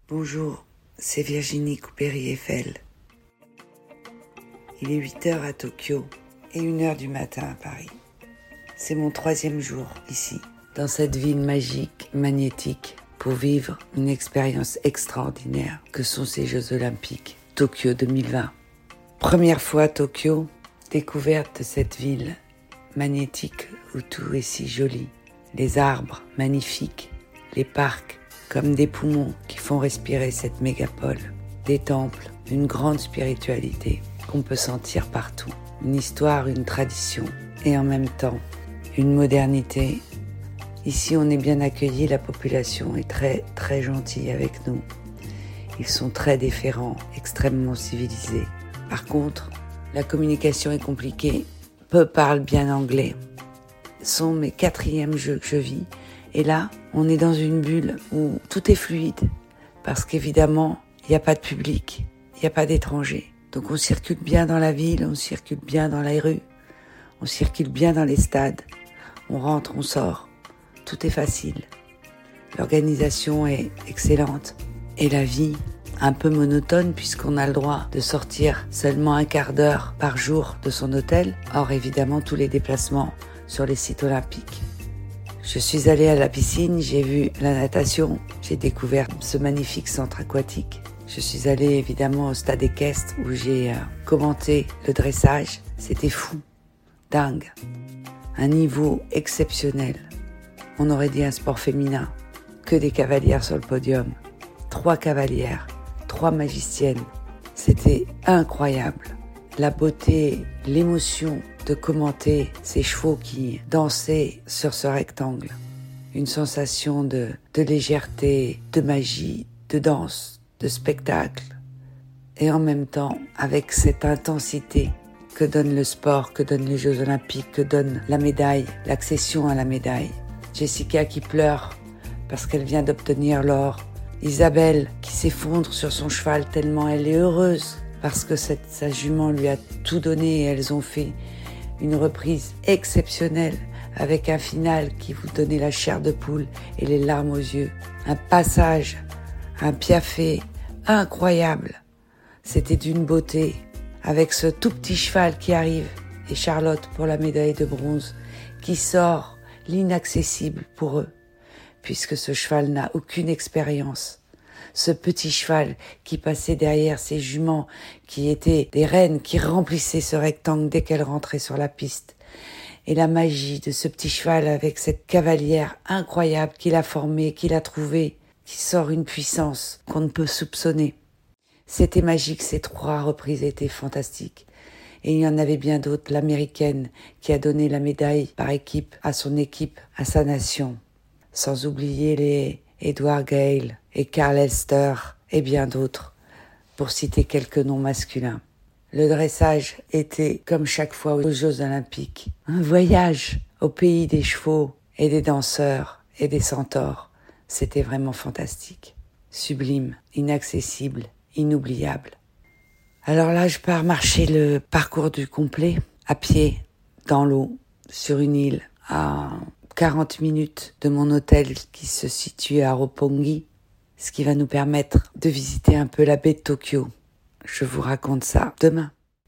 Bonjour, c'est Virginie Coupéry-Eiffel. Il est 8h à Tokyo et 1h du matin à Paris. C'est mon 3e jour ici, dans cette ville magique, magnétique, pour vivre une expérience extraordinaire que sont ces Jeux Olympiques, Tokyo 2020. Première fois à Tokyo, découverte de cette ville magnétique où tout est si joli. Les arbres magnifiques, les parcs comme des poumons qui font respirer cette mégapole. Des temples, une grande spiritualité qu'on peut sentir partout. Une histoire, une tradition et en même temps une modernité. Ici on est bien accueillis, la population est très très gentille avec nous. Ils sont très déférents, extrêmement civilisés. Par contre, la communication est compliquée. Peu parlent bien anglais. Ce sont mes 4e jeux que je vis. Et là, on est dans une bulle où tout est fluide. Parce qu'évidemment, il n'y a pas de public, il n'y a pas d'étrangers. Donc on circule bien dans la ville, on circule bien dans les rues, on circule bien dans les stades. On rentre, on sort. Tout est facile. L'organisation est excellente. Et la vie, un peu monotone puisqu'on a le droit de sortir seulement un quart d'heure par jour de son hôtel. Or évidemment, tous les déplacements sur les sites olympiques. Je suis allée à la piscine, j'ai vu la natation, j'ai découvert ce magnifique centre aquatique. Je suis allée évidemment au stade équestre où j'ai commenté le dressage. C'était fou, dingue, un niveau exceptionnel. On aurait dit un sport féminin, que des cavalières sur le podium. 3 cavalières, 3 magiciennes. C'était incroyable. La beauté, l'émotion de commenter ces chevaux qui dansaient sur ce rectangle. Une sensation de légèreté, de magie, de danse, de spectacle. Et en même temps, avec cette intensité que donne le sport, que donnent les Jeux Olympiques, que donne la médaille, l'accession à la médaille. Jessica qui pleure parce qu'elle vient d'obtenir l'or. Isabelle qui s'effondre sur son cheval tellement elle est heureuse parce que sa jument lui a tout donné et elles ont fait une reprise exceptionnelle avec un final qui vous donnait la chair de poule et les larmes aux yeux. Un passage, un piafé incroyable. C'était d'une beauté avec ce tout petit cheval qui arrive et Charlotte pour la médaille de bronze qui sort l'inaccessible pour eux puisque ce cheval n'a aucune expérience. Ce petit cheval qui passait derrière ces juments qui étaient des reines qui remplissaient ce rectangle dès qu'elles rentraient sur la piste. Et la magie de ce petit cheval avec cette cavalière incroyable qu'il a formée, qu'il a trouvée, qui sort une puissance qu'on ne peut soupçonner. C'était magique, ces 3 reprises étaient fantastiques. Et il y en avait bien d'autres, l'américaine qui a donné la médaille par équipe à son équipe, à sa nation. Sans oublier les Edward Gale et Carl Elster et bien d'autres, pour citer quelques noms masculins. Le dressage était, comme chaque fois aux Jeux Olympiques, un voyage au pays des chevaux et des danseurs et des centaures. C'était vraiment fantastique, sublime, inaccessible, inoubliable. Alors là, je pars marcher le parcours du complet, à pied, dans l'eau, sur une île, à 40 minutes de mon hôtel qui se situe à Roppongi, ce qui va nous permettre de visiter un peu la baie de Tokyo. Je vous raconte ça demain.